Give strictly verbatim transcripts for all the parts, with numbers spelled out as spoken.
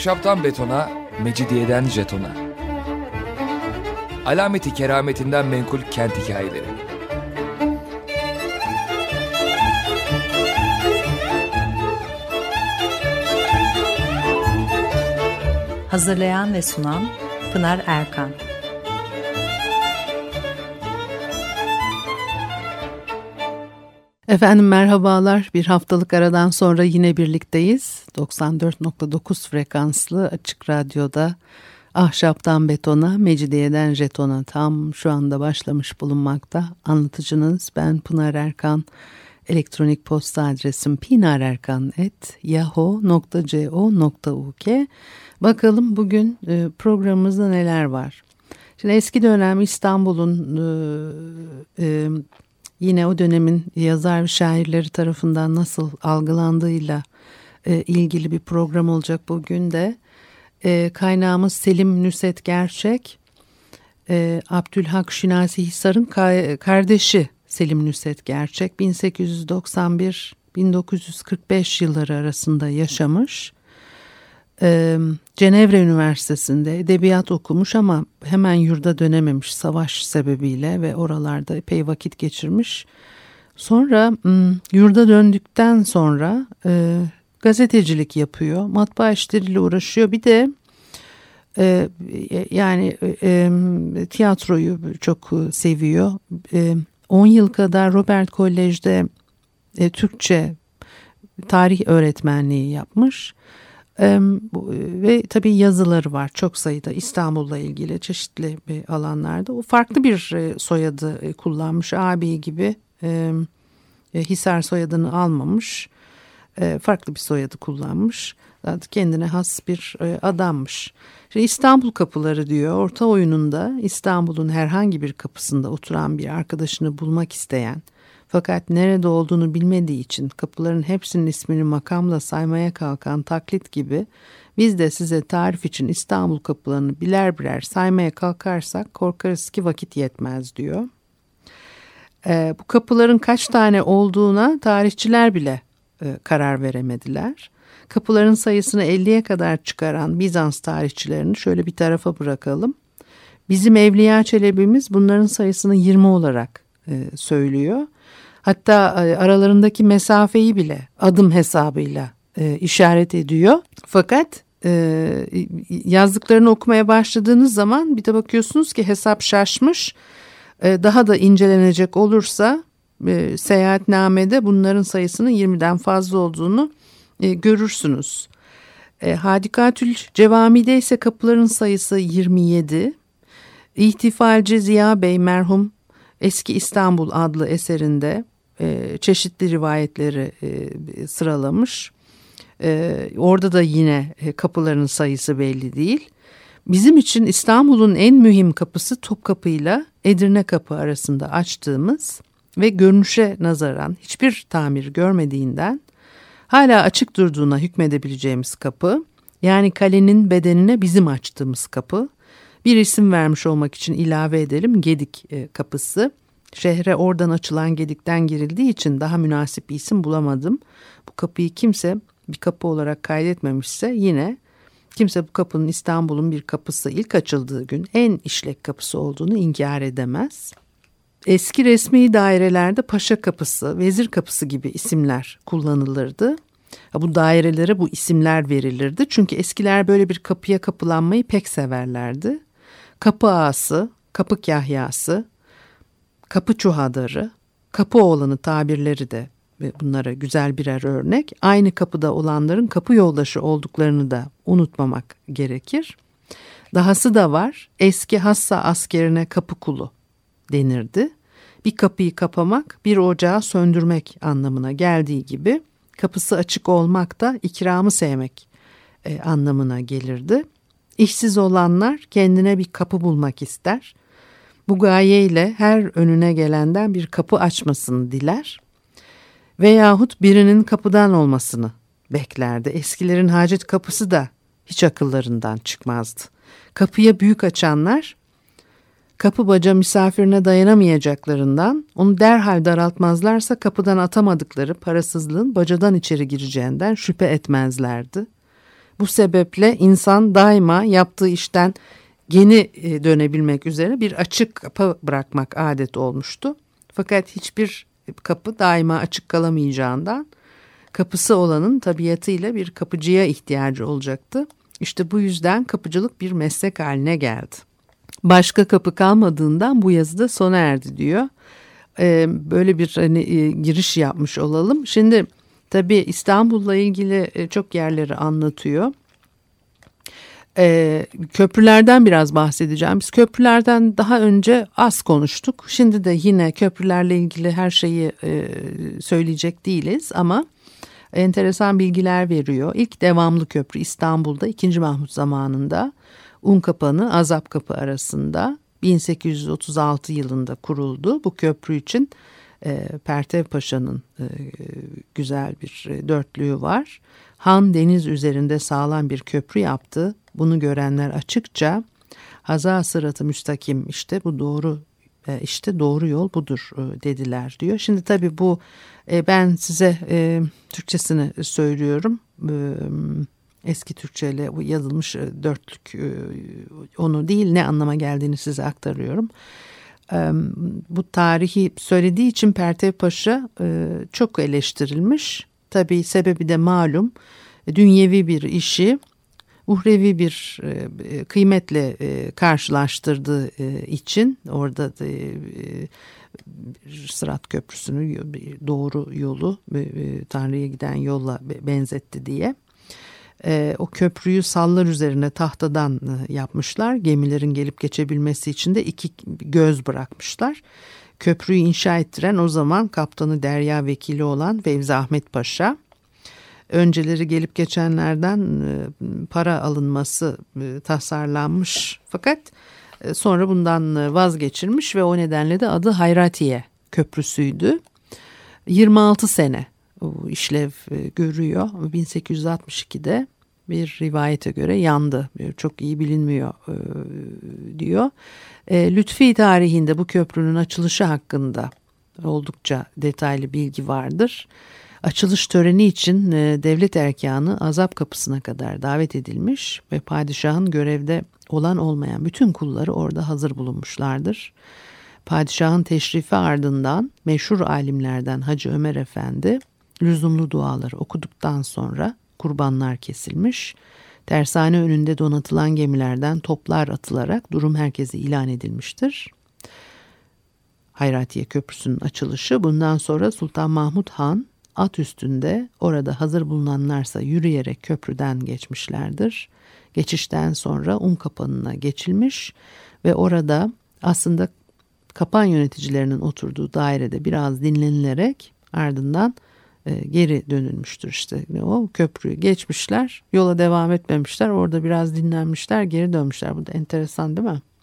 Ahşaptan betona, mecidiyeden jetona. Alameti kerametinden menkul kent hikayeleri. Hazırlayan ve sunan Pınar Erkan. Efendim merhabalar. Bir haftalık aradan sonra yine birlikteyiz. doksan dört nokta dokuz frekanslı Açık Radyo'da Ahşaptan Betona, Mecidiyeden Jeton'a tam şu anda başlamış bulunmakta. Anlatıcınız ben Pınar Erkan. Elektronik posta adresim pinarerkan at yahoo nokta co nokta uk. Bakalım bugün e, programımızda neler var. Şimdi eski dönem İstanbul'un e, e, yine o dönemin yazar ve şairleri tarafından nasıl algılandığıyla e, ilgili bir program olacak bugün de. E, kaynağımız Selim Nusret Gerçek, e, Abdülhak Şinasi Hisar'ın ka- kardeşi Selim Nusret Gerçek. bin sekiz yüz doksan bir - bin dokuz yüz kırk beş yılları arasında yaşamış. Ee, Cenevre Üniversitesi'nde edebiyat okumuş ama hemen yurda dönememiş savaş sebebiyle ve oralarda epey vakit geçirmiş. Sonra yurda döndükten sonra e, gazetecilik yapıyor, matbaa işleriyle uğraşıyor. Bir de e, yani e, tiyatroyu çok seviyor. E, on yıl kadar Robert Kolej'de e, Türkçe tarih öğretmenliği yapmış. Ee, ve tabii yazıları var çok sayıda İstanbul'la ilgili çeşitli alanlarda. O farklı bir soyadı kullanmış, abi gibi e, Hisar soyadını almamış, e, farklı bir soyadı kullanmış. Zaten kendine has bir e, adammış. Şimdi İstanbul kapıları diyor, orta oyununda İstanbul'un herhangi bir kapısında oturan bir arkadaşını bulmak isteyen, fakat nerede olduğunu bilmediği için kapıların hepsinin ismini makamla saymaya kalkan taklit gibi biz de size tarif için İstanbul kapılarını birer birer saymaya kalkarsak korkarız ki vakit yetmez diyor. Ee, bu kapıların kaç tane olduğuna tarihçiler bile e, karar veremediler. Kapıların sayısını elliye kadar çıkaran Bizans tarihçilerini şöyle bir tarafa bırakalım. Bizim Evliya Çelebi'miz bunların sayısını yirmi olarak e, söylüyor. Hatta aralarındaki mesafeyi bile adım hesabıyla e, işaret ediyor. Fakat e, yazdıklarını okumaya başladığınız zaman bir de bakıyorsunuz ki hesap şaşmış. E, daha da incelenecek olursa e, seyahatnamede bunların sayısının yirmiden fazla olduğunu e, görürsünüz. E, Hadikatül Cevami'de ise kapıların sayısı yirmi yedi. İhtifalci Ziya Bey merhum Eski İstanbul adlı eserinde e, çeşitli rivayetleri e, sıralamış. E, orada da yine e, kapıların sayısı belli değil. Bizim için İstanbul'un en mühim kapısı Topkapı ile Edirne Kapı arasında açtığımız ve görünüşe nazaran hiçbir tamir görmediğinden hala açık durduğuna hükmedebileceğimiz kapı. Yani kalenin bedenine bizim açtığımız kapı. Bir isim vermiş olmak için ilave edelim, Gedik e, kapısı. Şehre oradan açılan gedikten girildiği için daha münasip bir isim bulamadım. Bu kapıyı kimse bir kapı olarak kaydetmemişse yine kimse bu kapının İstanbul'un bir kapısı ilk açıldığı gün en işlek kapısı olduğunu inkar edemez. Eski resmi dairelerde Paşa Kapısı, Vezir Kapısı gibi isimler kullanılırdı. Bu dairelere bu isimler verilirdi. Çünkü eskiler böyle bir kapıya kapılanmayı pek severlerdi. Kapı Ağası, Kapı Kahyası, Kapı Çuhadarı, Kapı Oğlanı tabirleri de bunlara güzel birer örnek. Aynı kapıda olanların kapı yoldaşı olduklarını da unutmamak gerekir. Dahası da var, eski Hassa askerine kapı kulu denirdi. Bir kapıyı kapamak, bir ocağı söndürmek anlamına geldiği gibi kapısı açık olmak da ikramı sevmek e, anlamına gelirdi. İşsiz olanlar kendine bir kapı bulmak ister. Bu gayeyle her önüne gelenden bir kapı açmasını diler. Veyahut birinin kapıdan olmasını beklerdi. Eskilerin hacet kapısı da hiç akıllarından çıkmazdı. Kapıya büyük açanlar kapı baca misafirine dayanamayacaklarından onu derhal daraltmazlarsa kapıdan atamadıkları parasızlığın bacadan içeri gireceğinden şüphe etmezlerdi. Bu sebeple insan daima yaptığı işten geri dönebilmek üzere bir açık kapı bırakmak adet olmuştu. Fakat hiçbir kapı daima açık kalamayacağından kapısı olanın tabiatıyla bir kapıcıya ihtiyacı olacaktı. İşte bu yüzden kapıcılık bir meslek haline geldi. Başka kapı kalmadığından bu yazıda sona erdi diyor. Ee, böyle bir hani, e, giriş yapmış olalım. Şimdi tabii İstanbul'la ilgili e, çok yerleri anlatıyor. Ee, köprülerden biraz bahsedeceğim. Biz köprülerden daha önce az konuştuk. Şimdi de yine köprülerle ilgili her şeyi e, söyleyecek değiliz ama enteresan bilgiler veriyor. İlk devamlı köprü İstanbul'da ikinci Mahmut zamanında Unkapanı Azapkapı arasında bin sekiz yüz otuz altı yılında kuruldu. Bu köprü için e, Pertev Paşa'nın e, güzel bir e, dörtlüğü var. Han deniz üzerinde sağlam bir köprü yaptı. Bunu görenler açıkça Haza sıratı müstakim, işte bu doğru e, işte doğru yol budur e, dediler diyor. Şimdi tabii bu e, ben size e, Türkçesini söylüyorum. E, eski Türkçeyle yazılmış e, dörtlük e, onu değil, ne anlama geldiğini size aktarıyorum. E, bu tarihi söylediği için Pertev Paşa e, çok eleştirilmiş. Tabii sebebi de malum, dünyevi bir işi uhrevi bir e, kıymetle e, karşılaştırdığı e, için orada da, e, Sırat Köprüsü'nü doğru yolu e, Tanrı'ya giden yolla benzetti diye. E, o köprüyü sallar üzerine tahtadan e, yapmışlar. Gemilerin gelip geçebilmesi için de iki göz bırakmışlar. Köprüyü inşa ettiren o zaman kaptanı Derya Vekili olan Fevzi Ahmet Paşa. Önceleri gelip geçenlerden para alınması tasarlanmış fakat sonra bundan vazgeçilmiş ve o nedenle de adı Hayratiye Köprüsü'ydü. yirmi altı sene işlev görüyor. bin sekiz yüz altmış ikide bir rivayete göre yandı. Çok iyi bilinmiyor diyor. Lütfi tarihinde bu köprünün açılışı hakkında oldukça detaylı bilgi vardır. Açılış töreni için devlet erkanı Azap Kapısı'na kadar davet edilmiş ve padişahın görevde olan olmayan bütün kulları orada hazır bulunmuşlardır. Padişahın teşrifi ardından meşhur alimlerden Hacı Ömer Efendi lüzumlu duaları okuduktan sonra kurbanlar kesilmiş. Tersane önünde donatılan gemilerden toplar atılarak durum herkese ilan edilmiştir. Hayratiye Köprüsü'nün açılışı, bundan sonra Sultan Mahmut Han at üstünde, orada hazır bulunanlarsa yürüyerek köprüden geçmişlerdir. Geçişten sonra Unkapanı'na geçilmiş ve orada aslında kapan yöneticilerinin oturduğu dairede biraz dinlenilerek ardından e, geri dönülmüştür. İşte o köprüyü geçmişler, yola devam etmemişler, orada biraz dinlenmişler, geri dönmüşler. Bu da enteresan değil mi?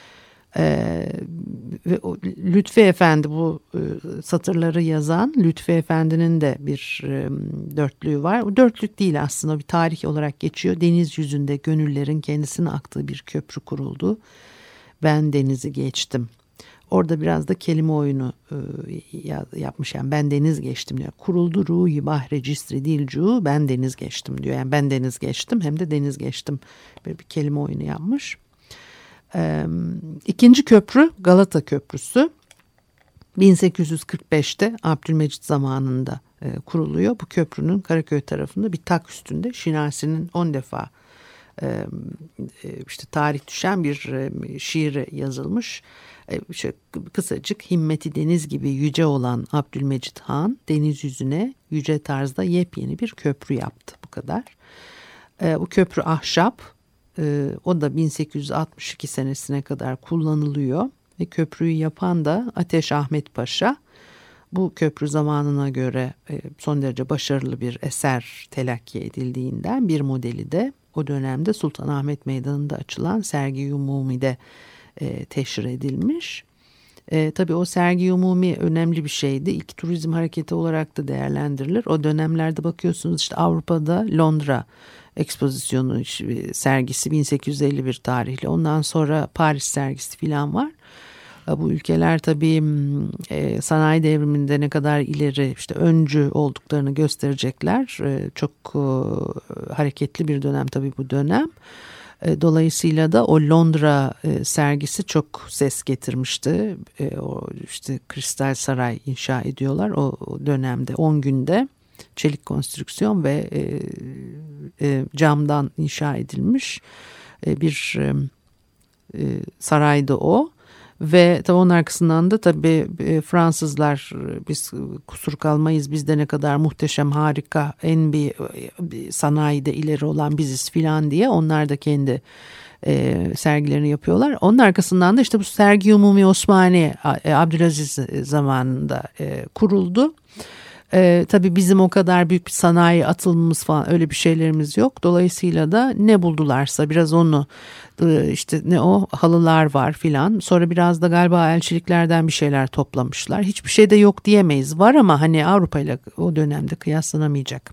Ee, ve o, Lütfi Efendi bu e, satırları yazan Lütfi Efendi'nin de bir e, dörtlüğü var. O dörtlük değil aslında, bir tarih olarak geçiyor. Deniz yüzünde gönüllerin kendisine aktığı bir köprü kuruldu. Ben denizi geçtim. Orada biraz da kelime oyunu e, yapmış, yani ben deniz geçtim diyor. Kuruldu ruhi bahre cisri dilcu, ben deniz geçtim diyor. Yani ben deniz geçtim hem de deniz geçtim, böyle bir kelime oyunu yapmış. Ee, ikinci köprü Galata Köprüsü bin sekiz yüz kırk beşte Abdülmecit zamanında e, kuruluyor. Bu köprünün Karaköy tarafında bir tak üstünde Şinasi'nin on defa e, işte tarih düşen bir e, şiiri yazılmış. E, işte, kısacık himmeti deniz gibi yüce olan Abdülmecit Han deniz yüzüne yüce tarzda yepyeni bir köprü yaptı, bu kadar. E, bu köprü ahşap. O da bin sekiz yüz altmış iki senesine kadar kullanılıyor ve köprüyü yapan da Ateş Ahmet Paşa. Bu köprü zamanına göre son derece başarılı bir eser telakki edildiğinden bir modeli de o dönemde Sultanahmet Meydanı'nda açılan Sergi-i Umumi'de teşhir edilmiş. E, tabii o Sergi-i Umumi önemli bir şeydi. İlk turizm hareketi olarak da değerlendirilir. O dönemlerde bakıyorsunuz işte Avrupa'da Londra Ekspozisyonu sergisi bin sekiz yüz elli bir tarihli. Ondan sonra Paris sergisi falan var. Bu ülkeler tabii e, sanayi devriminde ne kadar ileri işte öncü olduklarını gösterecekler. E, çok e, hareketli bir dönem tabii bu dönem. E, dolayısıyla da o Londra e, sergisi çok ses getirmişti. E, o işte Kristal Saray inşa ediyorlar o, o dönemde on günde. Çelik konstrüksiyon ve e, e, camdan inşa edilmiş e, bir e, e, saraydı o. Ve tabii onun arkasından da tabii e, Fransızlar biz kusur kalmayız, bizde ne kadar muhteşem, harika, en bir, bir sanayide ileri olan biziz filan diye onlar da kendi e, sergilerini yapıyorlar. Onun arkasından da işte bu Sergi Umumi Osmani e, Abdülaziz zamanında e, kuruldu. Ee, tabii bizim o kadar büyük bir sanayi atılımımız falan öyle bir şeylerimiz yok. Dolayısıyla da ne buldularsa biraz onu işte ne o halılar var filan. Sonra biraz da galiba elçiliklerden bir şeyler toplamışlar. Hiçbir şey de yok diyemeyiz. Var ama hani Avrupa ile o dönemde kıyaslanamayacak.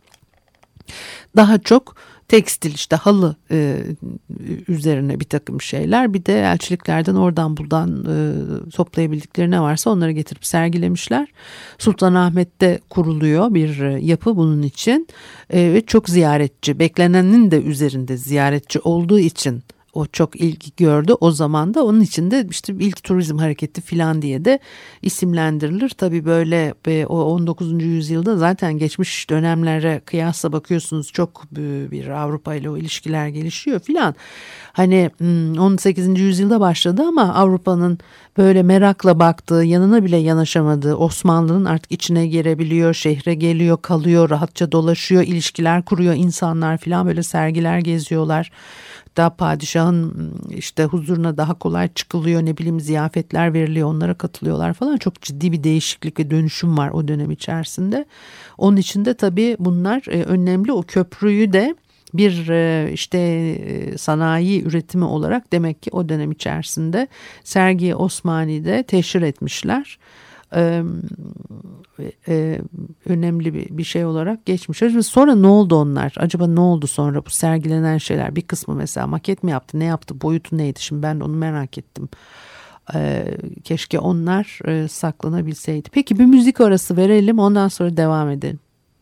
Daha çok tekstil işte halı e, üzerine bir takım şeyler, bir de elçiliklerden oradan buradan e, toplayabildikleri ne varsa onları getirip sergilemişler. Sultanahmet'te kuruluyor bir e, yapı bunun için e, ve çok ziyaretçi, beklenenin de üzerinde ziyaretçi olduğu için o çok ilgi gördü o zaman da. Onun için de işte ilk turizm hareketi filan diye de isimlendirilir. Tabii böyle o on dokuzuncu yüzyılda zaten geçmiş dönemlere kıyasla bakıyorsunuz çok bir Avrupa ile o ilişkiler gelişiyor filan. Hani on sekizinci yüzyılda başladı ama Avrupa'nın böyle merakla baktığı, yanına bile yanaşamadığı, Osmanlı'nın artık içine girebiliyor, şehre geliyor, kalıyor, rahatça dolaşıyor, ilişkiler kuruyor insanlar filan, böyle sergiler geziyorlar. Daha padişahın işte huzuruna daha kolay çıkılıyor, ne bileyim ziyafetler veriliyor, onlara katılıyorlar falan. Çok ciddi bir değişiklik ve dönüşüm var o dönem içerisinde. Onun için de tabii bunlar önemli. O köprüyü de bir işte sanayi üretimi olarak demek ki o dönem içerisinde Sergi Osmani'de teşhir etmişler. Ee, e, önemli bir, bir şey olarak geçmişler. Sonra ne oldu onlar? Acaba ne oldu sonra bu sergilenen şeyler? Bir kısmı mesela maket mi yaptı? Ne yaptı? Boyutu neydi? Şimdi ben onu merak ettim. Ee, keşke onlar e, saklanabilseydi. Peki bir müzik arası verelim, ondan sonra devam edelim.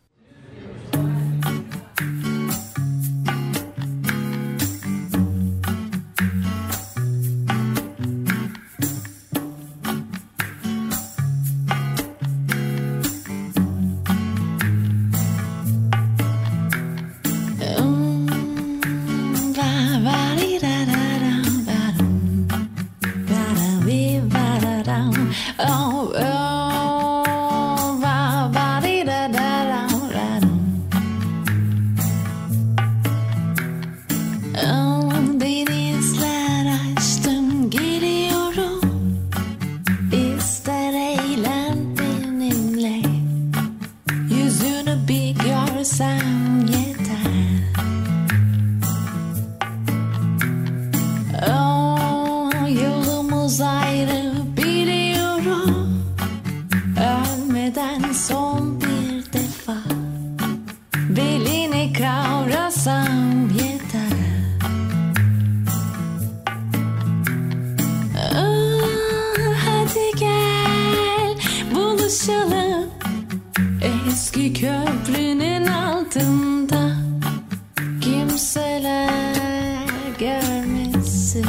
Eski köprünün altında kimseler görmesin.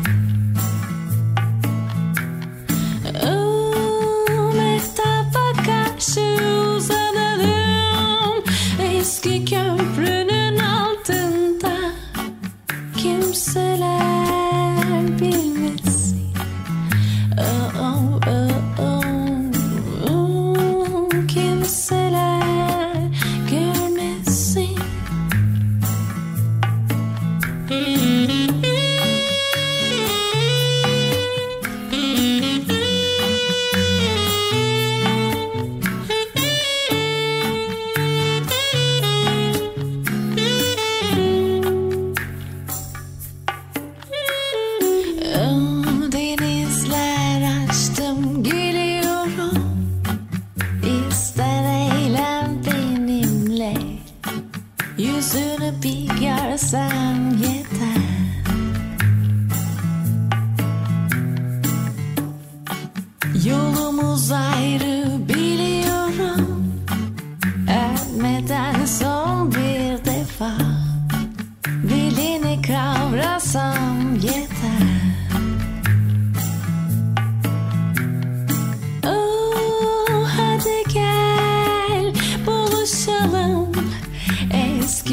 Oh, mehtaba karşı uzanalım. Eski köprünün altında kimseler bilmesin. Oh, oh, oh, oh. Kimseler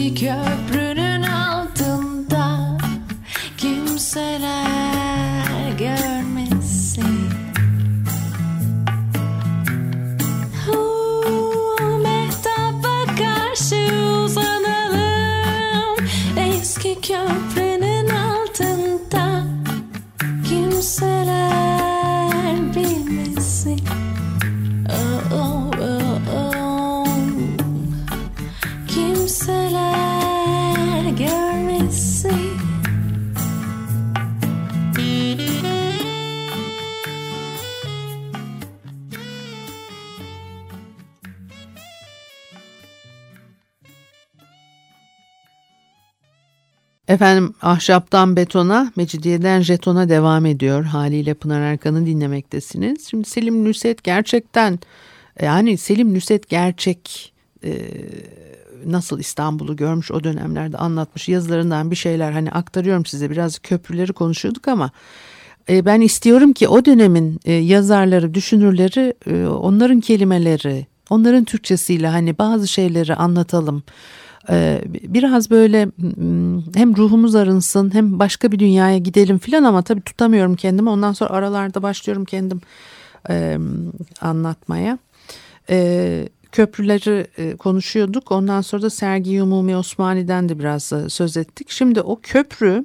Eski köprünün altında kimseler görmesin. Oh, mehtaba karşı uzanalım. Eski köprünün altında kimseler bilmesin. Oh, oh, oh, oh. Kimseler görmesin. Efendim, Ahşaptan Betona, Mecidiyeden Jeton'a devam ediyor. Haliyle Pınar Erkan'ı dinlemektesiniz. Şimdi Selim Nusret gerçekten, yani Selim Nusret gerçek e, nasıl İstanbul'u görmüş o dönemlerde anlatmış yazılarından bir şeyler hani aktarıyorum size. Biraz köprüleri konuşuyorduk ama e, ben istiyorum ki o dönemin e, yazarları, düşünürleri, e, onların kelimeleri, onların Türkçesiyle hani bazı şeyleri anlatalım. Biraz böyle hem ruhumuz arınsın hem başka bir dünyaya gidelim filan ama tabii tutamıyorum kendimi. Ondan sonra aralarda başlıyorum kendim e, anlatmaya. E, köprüleri e, konuşuyorduk. Ondan sonra da Sergi Umumi Osmani'den de biraz e, söz ettik. Şimdi o köprü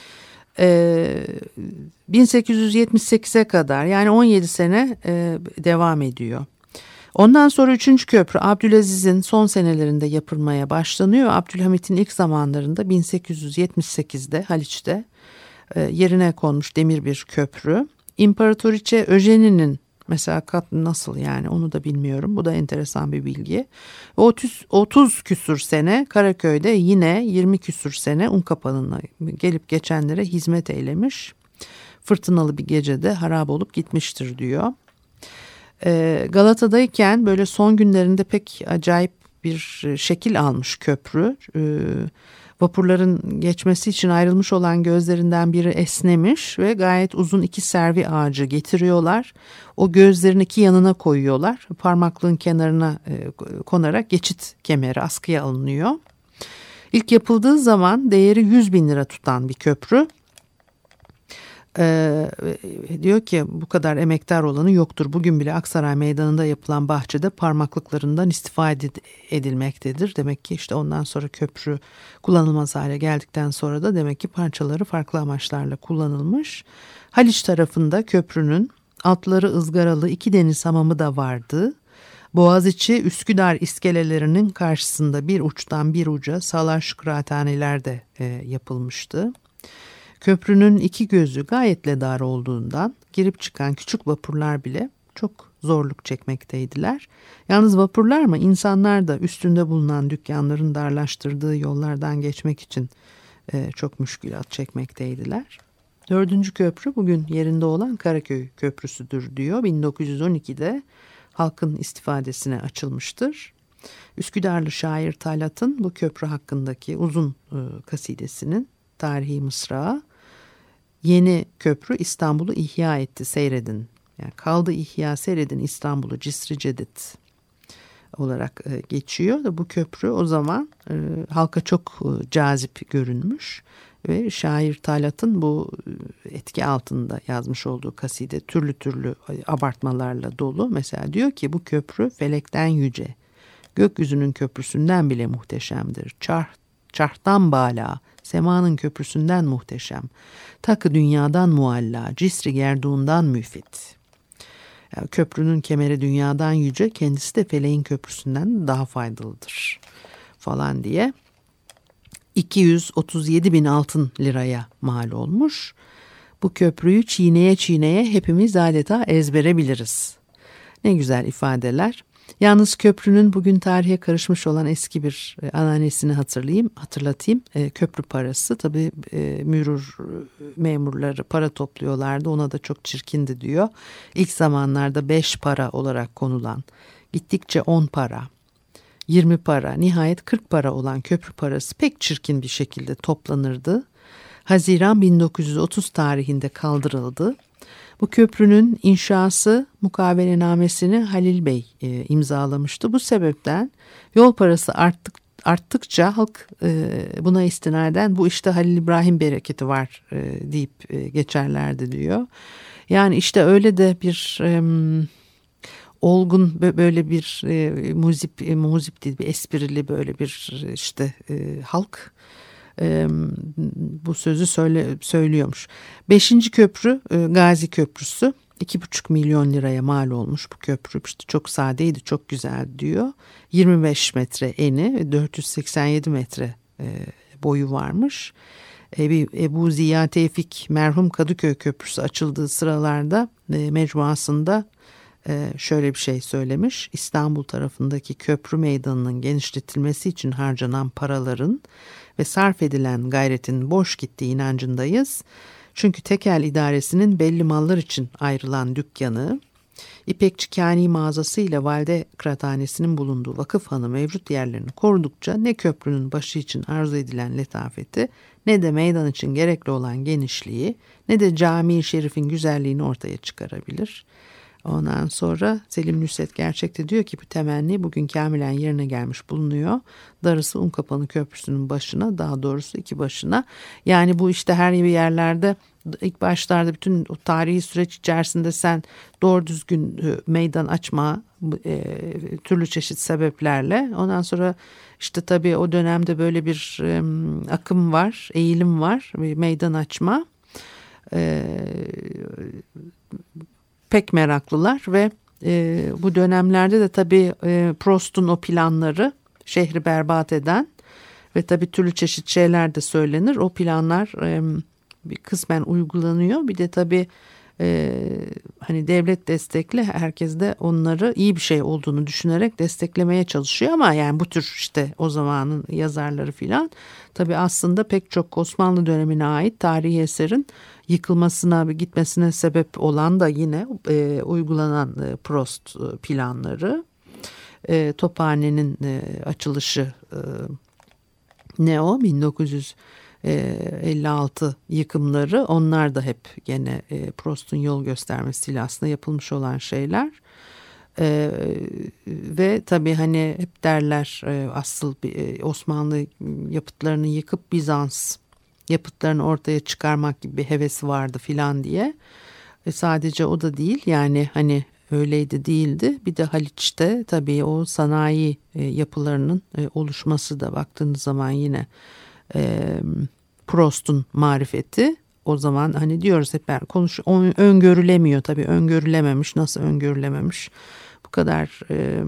e, bin sekiz yüz yetmiş sekize kadar yani on yedi sene e, devam ediyor. Ondan sonra üçüncü köprü Abdülaziz'in son senelerinde yapılmaya başlanıyor. Abdülhamit'in ilk zamanlarında bin sekiz yüz yetmiş sekizde Haliç'te e, yerine konmuş demir bir köprü. İmparatoriçe Öjeni'nin mesela kat nasıl yani onu da bilmiyorum. Bu da enteresan bir bilgi. otuz, otuz küsür sene Karaköy'de yine yirmi küsür sene Unkapanı'na gelip geçenlere hizmet eylemiş. Fırtınalı bir gecede harap olup gitmiştir diyor. Galata'dayken böyle son günlerinde pek acayip bir şekil almış köprü. Vapurların geçmesi için ayrılmış olan gözlerinden biri esnemiş ve gayet uzun iki servi ağacı getiriyorlar. O gözlerin iki yanına koyuyorlar. Parmaklığın kenarına konarak geçit kemeri askıya alınıyor. İlk yapıldığı zaman değeri yüz bin lira tutan bir köprü. Ee, diyor ki bu kadar emektar olanı yoktur. Bugün bile Aksaray Meydanı'nda yapılan bahçede parmaklıklarından istifade edilmektedir. Demek ki işte ondan sonra köprü kullanılmaz hale geldikten sonra da demek ki parçaları farklı amaçlarla kullanılmış. Haliç tarafında köprünün altları ızgaralı iki deniz hamamı da vardı. Boğaziçi Üsküdar iskelelerinin karşısında bir uçtan bir uca salaş kıraathaneler de e, yapılmıştı. Köprünün iki gözü gayetle dar olduğundan girip çıkan küçük vapurlar bile çok zorluk çekmekteydiler. Yalnız vapurlar mı, insanlar da üstünde bulunan dükkanların darlaştırdığı yollardan geçmek için e, çok müşkülat çekmekteydiler. Dördüncü köprü bugün yerinde olan Karaköy Köprüsü'dür diyor. bin dokuz yüz on ikide halkın istifadesine açılmıştır. Üsküdarlı şair Talat'ın bu köprü hakkındaki uzun e, kasidesinin tarihi mısrağı, yeni köprü İstanbul'u ihya etti, seyredin. Yani kaldı ihya, seyredin İstanbul'u cisri cedid olarak e, geçiyor. Bu köprü o zaman e, halka çok e, cazip görünmüş ve şair Talat'ın bu etki altında yazmış olduğu kaside türlü türlü abartmalarla dolu. Mesela diyor ki bu köprü felekten yüce, gökyüzünün köprüsünden bile muhteşemdir. Çarh, çarhtan bala, semanın köprüsünden muhteşem. Takı dünyadan mualla, cisri gerduğundan müfit. Yani köprünün kemeri dünyadan yüce, kendisi de feleğin köprüsünden daha faydalıdır falan diye. iki yüz otuz yedi bin altın liraya mal olmuş. Bu köprüyü çiğneye çiğneye hepimiz adeta ezbere biliriz. Ne güzel ifadeler. Yalnız köprünün bugün tarihe karışmış olan eski bir e, ananesini hatırlayayım, hatırlatayım. E, köprü parası tabii e, mürür memurları para topluyorlardı, ona da çok çirkindi diyor. İlk zamanlarda beş para olarak konulan, gittikçe on para, yirmi para, nihayet kırk para olan köprü parası pek çirkin bir şekilde toplanırdı. Haziran bin dokuz yüz otuz tarihinde kaldırıldı. Bu köprünün inşası mukavelenamesini Halil Bey e, imzalamıştı. Bu sebepten yol parası arttık, arttıkça halk e, buna istinaden bu işte Halil İbrahim bereketi var e, deyip e, geçerlerdi diyor. Yani işte öyle de bir e, olgun böyle bir e, muzip, e, muzip değil bir esprili böyle bir işte e, halk e, bu sözü söyle, söylüyormuş. Beşinci köprü e, Gazi Köprüsü. iki buçuk milyon liraya mal olmuş bu köprü. İşte çok sadeydi, çok güzel diyor. yirmi beş metre eni, dört yüz seksen yedi metre e, boyu varmış. E, Ebu Ziya Tevfik merhum Kadıköy Köprüsü açıldığı sıralarda e, mecmuasında e, şöyle bir şey söylemiş. İstanbul tarafındaki köprü meydanının genişletilmesi için harcanan paraların ve sarf edilen gayretin boş gittiği inancındayız. Çünkü tekel idaresinin belli mallar için ayrılan dükkanı, İpekçi Kani mağazası ile Valide Kıraathanesi'nin bulunduğu vakıfhanı mevcut yerlerini korudukça ne köprünün başı için arzu edilen letafeti, ne de meydan için gerekli olan genişliği, ne de cami-i şerifin güzelliğini ortaya çıkarabilir. Ondan sonra Selim Nusret gerçekte diyor ki bu temenni bugün kamilen yerine gelmiş bulunuyor. Darısı Unkapanı Köprüsü'nün başına, daha doğrusu iki başına. Yani bu işte her yerlerde ilk başlarda bütün o tarihi süreç içerisinde sen doğru düzgün meydan açma e, türlü çeşit sebeplerle, ondan sonra işte tabii o dönemde böyle bir e, akım var, eğilim var, meydan açma. E, pek meraklılar ve e, bu dönemlerde de tabii e, Prost'un o planları şehri berbat eden ve tabii türlü çeşit şeyler de söylenir. O planlar e, bir kısmen uygulanıyor. Bir de tabii e, hani devlet destekli, herkes de onları iyi bir şey olduğunu düşünerek desteklemeye çalışıyor ama yani bu tür işte o zamanın yazarları filan tabii aslında pek çok Osmanlı dönemine ait tarihi eserin yıkılmasına, gitmesine sebep olan da yine e, uygulanan e, Prost planları. E, Tophane'nin e, açılışı e, ne o? bin dokuz yüz elli altı yıkımları, onlar da hep gene e, Prost'un yol göstermesiyle aslında yapılmış olan şeyler. E, ve tabii hani hep derler e, asıl e, Osmanlı yapıtlarını yıkıp Bizans yapıtlarını ortaya çıkarmak gibi bir hevesi vardı filan diye. E, sadece o da değil yani hani öyleydi değildi. Bir de Haliç'te tabii o sanayi e, yapılarının e, oluşması da baktığınız zaman yine e, Prost'un marifeti. O zaman hani diyoruz hep ben konuş öngörülemiyor tabii, öngörülememiş, nasıl öngörülememiş bu kadar e,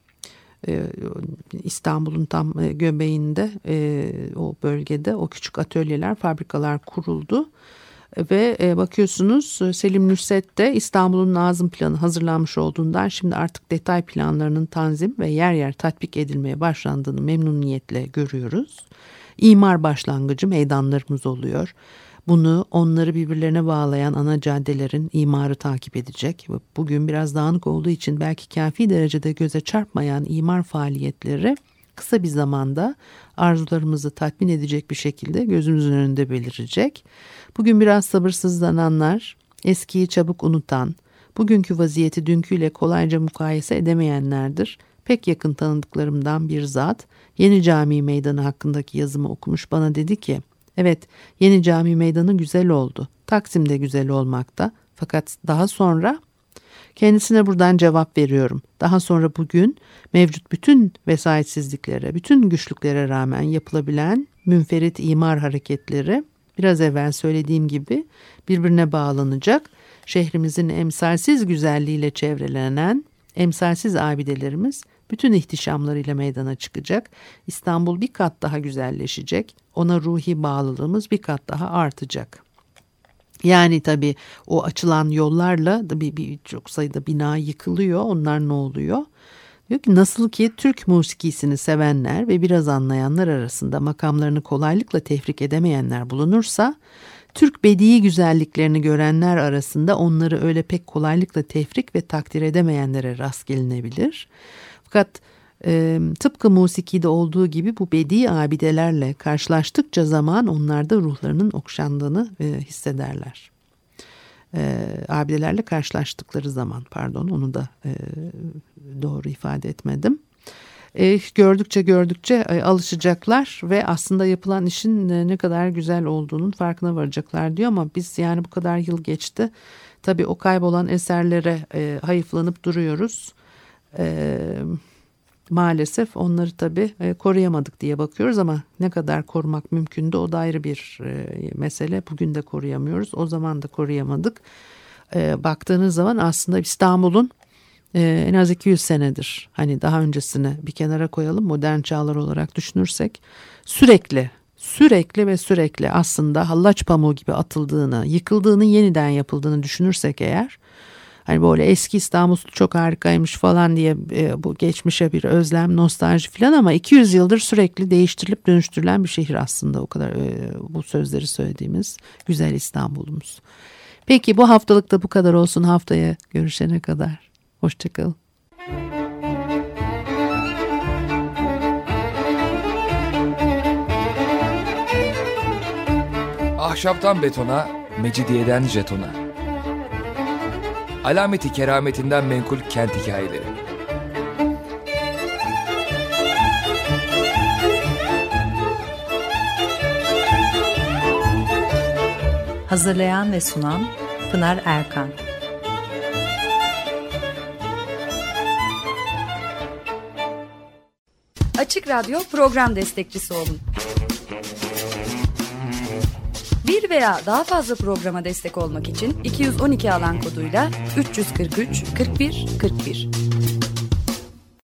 e, İstanbul'un tam göbeğinde e, o bölgede o küçük atölyeler, fabrikalar kuruldu. Ve e, bakıyorsunuz Selim Nusret de İstanbul'un Nazım planı hazırlanmış olduğundan şimdi artık detay planlarının tanzim ve yer yer tatbik edilmeye başlandığını memnuniyetle görüyoruz. İmar başlangıcı meydanlarımız oluyor. Bunu onları birbirlerine bağlayan ana caddelerin imarı takip edecek. Bugün biraz dağınık olduğu için belki kafi derecede göze çarpmayan imar faaliyetleri kısa bir zamanda arzularımızı tatmin edecek bir şekilde gözümüzün önünde belirecek. Bugün biraz sabırsızlananlar, eskiyi çabuk unutan, bugünkü vaziyeti dünküyle kolayca mukayese edemeyenlerdir. Pek yakın tanıdıklarımdan bir zat Yeni Cami Meydanı hakkındaki yazımı okumuş, bana dedi ki, evet Yeni Cami Meydanı güzel oldu, Taksim de güzel olmakta, fakat daha sonra... Kendisine buradan cevap veriyorum. Daha sonra bugün mevcut bütün vesayetsizliklere, bütün güçlüklere rağmen yapılabilen münferit imar hareketleri biraz evvel söylediğim gibi birbirine bağlanacak. Şehrimizin emsalsiz güzelliğiyle çevrelenen emsalsiz abidelerimiz bütün ihtişamlarıyla meydana çıkacak. İstanbul bir kat daha güzelleşecek. Ona ruhi bağlılığımız bir kat daha artacak. Yani tabii o açılan yollarla da bir, bir çok sayıda bina yıkılıyor. Onlar ne oluyor? Diyor ki nasıl ki Türk musikisini sevenler ve biraz anlayanlar arasında makamlarını kolaylıkla tefrik edemeyenler bulunursa, Türk bedii güzelliklerini görenler arasında onları öyle pek kolaylıkla tefrik ve takdir edemeyenlere rast gelinebilir. Fakat e, tıpkı musikide olduğu gibi bu bedii abidelerle karşılaştıkça zaman onlarda ruhlarının okşandığını e, hissederler. E, abidelerle karşılaştıkları zaman, pardon onu da e, doğru ifade etmedim. e, gördükçe gördükçe e, alışacaklar ve aslında yapılan işin e, ne kadar güzel olduğunun farkına varacaklar diyor ama biz yani bu kadar yıl geçti. Tabii o kaybolan eserlere e, hayıflanıp duruyoruz. E, maalesef onları tabii e, koruyamadık diye bakıyoruz ama ne kadar korumak mümkündü o da ayrı bir e, mesele. Bugün de koruyamıyoruz, o zaman da koruyamadık. E, baktığınız zaman aslında İstanbul'un e, en az iki yüz senedir, hani daha öncesini bir kenara koyalım, modern çağlar olarak düşünürsek sürekli sürekli ve sürekli aslında hallaç pamuğu gibi atıldığını, yıkıldığını, yeniden yapıldığını düşünürsek eğer, hani böyle eski İstanbul çok harikaymış falan diye e, bu geçmişe bir özlem, nostalji falan ama iki yüz yıldır sürekli değiştirilip dönüştürülen bir şehir aslında, o kadar e, bu sözleri söylediğimiz güzel İstanbul'umuz. Peki bu haftalık da bu kadar olsun, haftaya görüşene kadar hoşçakalın. Ahşaptan betona, mecidiyeden jetona. Alameti kerametinden menkul kent hikayeleri. Hazırlayan ve sunan Pınar Erkan. Açık Radyo program destekçisi olun. Bir veya daha fazla programa destek olmak için iki yüz on iki alan koduyla üç yüz kırk üç kırk bir kırk bir